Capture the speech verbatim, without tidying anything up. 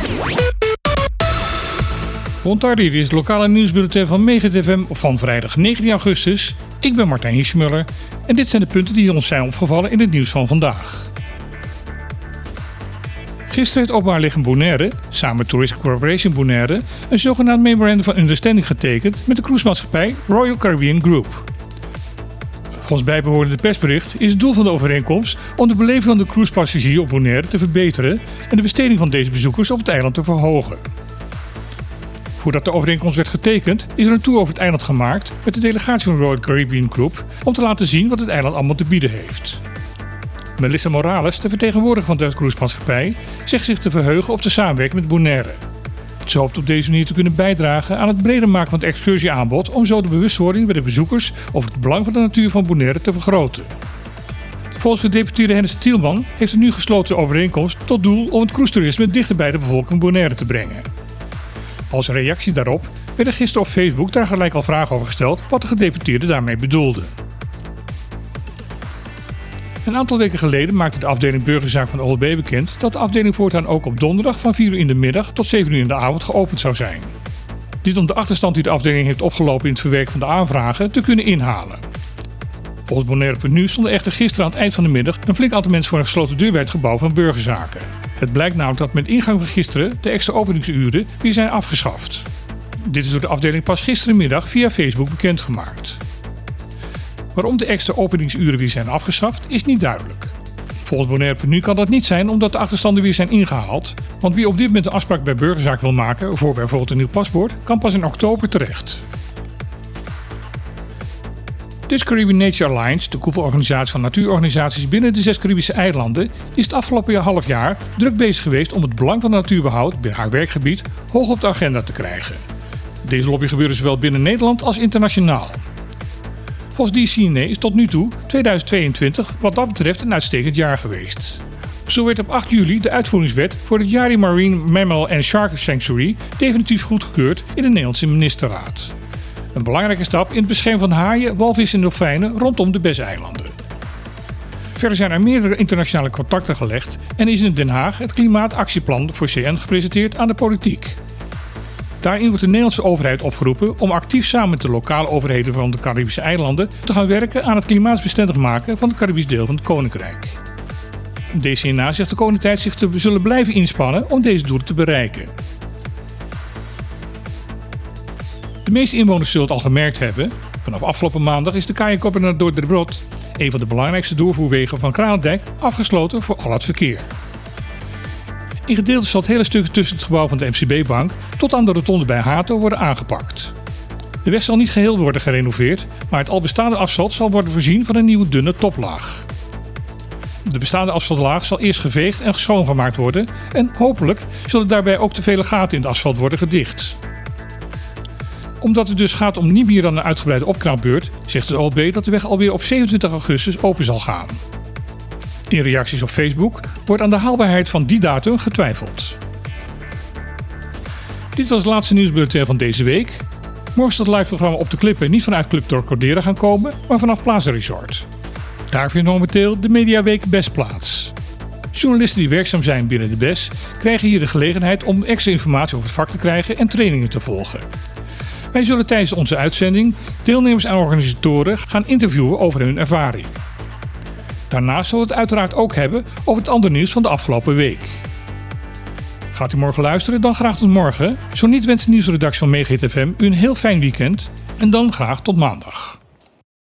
Bontardi, dit is het lokale nieuwsbulletin van Megahit F M van vrijdag negentien augustus. Ik ben Martijn Hirschmuller en dit zijn de punten die ons zijn opgevallen in het nieuws van vandaag. Gisteren heeft Openbaar Lichaam Bonaire, samen met Tourism Corporation Bonaire, een zogenaamd Memorandum van Understanding getekend met de cruisemaatschappij Royal Caribbean Group. Volgens bijbehorende persbericht is het doel van de overeenkomst om de beleving van de cruisepassagier op Bonaire te verbeteren en de besteding van deze bezoekers op het eiland te verhogen. Voordat de overeenkomst werd getekend, is er een tour over het eiland gemaakt met de delegatie van Royal Caribbean Group om te laten zien wat het eiland allemaal te bieden heeft. Melissa Morales, de vertegenwoordiger van de cruisemaatschappij, zegt zich te verheugen op de samenwerking met Bonaire. Ze hoopt op deze manier te kunnen bijdragen aan het breder maken van het excursieaanbod om zo de bewustwording bij de bezoekers over het belang van de natuur van Bonaire te vergroten. Volgens gedeputeerde Hennis Tielman heeft de nu gesloten overeenkomst tot doel om het cruistoerisme dichter bij de bevolking van Bonaire te brengen. Als reactie daarop werden gisteren op Facebook daar gelijk al vragen over gesteld wat de gedeputeerde daarmee bedoelde. Een aantal weken geleden maakte de afdeling burgerzaak van de O L B bekend dat de afdeling voortaan ook op donderdag van vier uur in de middag tot zeven uur in de avond geopend zou zijn. Dit om de achterstand die de afdeling heeft opgelopen in het verwerken van de aanvragen te kunnen inhalen. Volgens Bonaire punt nu stonden echter gisteren aan het eind van de middag een flink aantal mensen voor een gesloten deur bij het gebouw van burgerzaken. Het blijkt namelijk dat met ingang van gisteren de extra openingsuren weer zijn afgeschaft. Dit is door de afdeling pas gisterenmiddag via Facebook bekendgemaakt. Waarom de extra openingsuren weer zijn afgeschaft is niet duidelijk. Volgens Bonaire punt nu kan dat niet zijn omdat de achterstanden weer zijn ingehaald, want wie op dit moment een afspraak bij burgerzaak wil maken voor bijvoorbeeld een nieuw paspoort, kan pas in oktober terecht. Dutch Caribbean Nature Alliance, de koepelorganisatie van natuurorganisaties binnen de zes Caribische eilanden, is het afgelopen half jaar druk bezig geweest om het belang van natuurbehoud binnen haar werkgebied hoog op de agenda te krijgen. Deze lobby gebeurde zowel binnen Nederland als internationaal. Volgens D C N A is tot nu toe tweeduizend tweeëntwintig wat dat betreft een uitstekend jaar geweest. Zo werd op acht juli de uitvoeringswet voor het Yari Marine Mammal and Shark Sanctuary definitief goedgekeurd in de Nederlandse ministerraad. Een belangrijke stap in het beschermen van haaien, walvissen en dolfijnen rondom de B E S-eilanden. Verder zijn er meerdere internationale contacten gelegd en is in Den Haag het Klimaatactieplan voor C N gepresenteerd aan de politiek. Daarin wordt de Nederlandse overheid opgeroepen om actief samen met de lokale overheden van de Caribische eilanden te gaan werken aan het klimaatsbestendig maken van het Caribisch deel van het Koninkrijk. D C N A zegt de komende tijd zich te zullen blijven inspannen om deze doelen te bereiken. De meeste inwoners zullen het al gemerkt hebben. Vanaf afgelopen maandag is de kajakopper naar Dordrecht, een van de belangrijkste doorvoerwegen van Kralendijk, afgesloten voor al het verkeer. In gedeeltes zal het hele stuk tussen het gebouw van de M C B-bank tot aan de rotonde bij Hato worden aangepakt. De weg zal niet geheel worden gerenoveerd, maar het al bestaande asfalt zal worden voorzien van een nieuwe dunne toplaag. De bestaande asfaltlaag zal eerst geveegd en schoongemaakt worden en hopelijk zullen daarbij ook de vele gaten in het asfalt worden gedicht. Omdat het dus gaat om niet meer dan een uitgebreide opknapbeurt, zegt de O L B dat de weg alweer op zevenentwintig augustus open zal gaan. In reacties op Facebook wordt aan de haalbaarheid van die datum getwijfeld. Dit was het laatste nieuwsbulletin van deze week. Morgen zal het live programma Op de Klippen niet vanuit Club Tor Cordera gaan komen, maar vanaf Plaza Resort. Daar vindt momenteel de Mediaweek B E S plaats. Journalisten die werkzaam zijn binnen de B E S krijgen hier de gelegenheid om extra informatie over het vak te krijgen en trainingen te volgen. Wij zullen tijdens onze uitzending deelnemers en organisatoren gaan interviewen over hun ervaring. Daarnaast zullen we het uiteraard ook hebben over het andere nieuws van de afgelopen week. Gaat u morgen luisteren? Dan graag tot morgen. Zo niet wenst de nieuwsredactie van Megahit F M u een heel fijn weekend en dan graag tot maandag.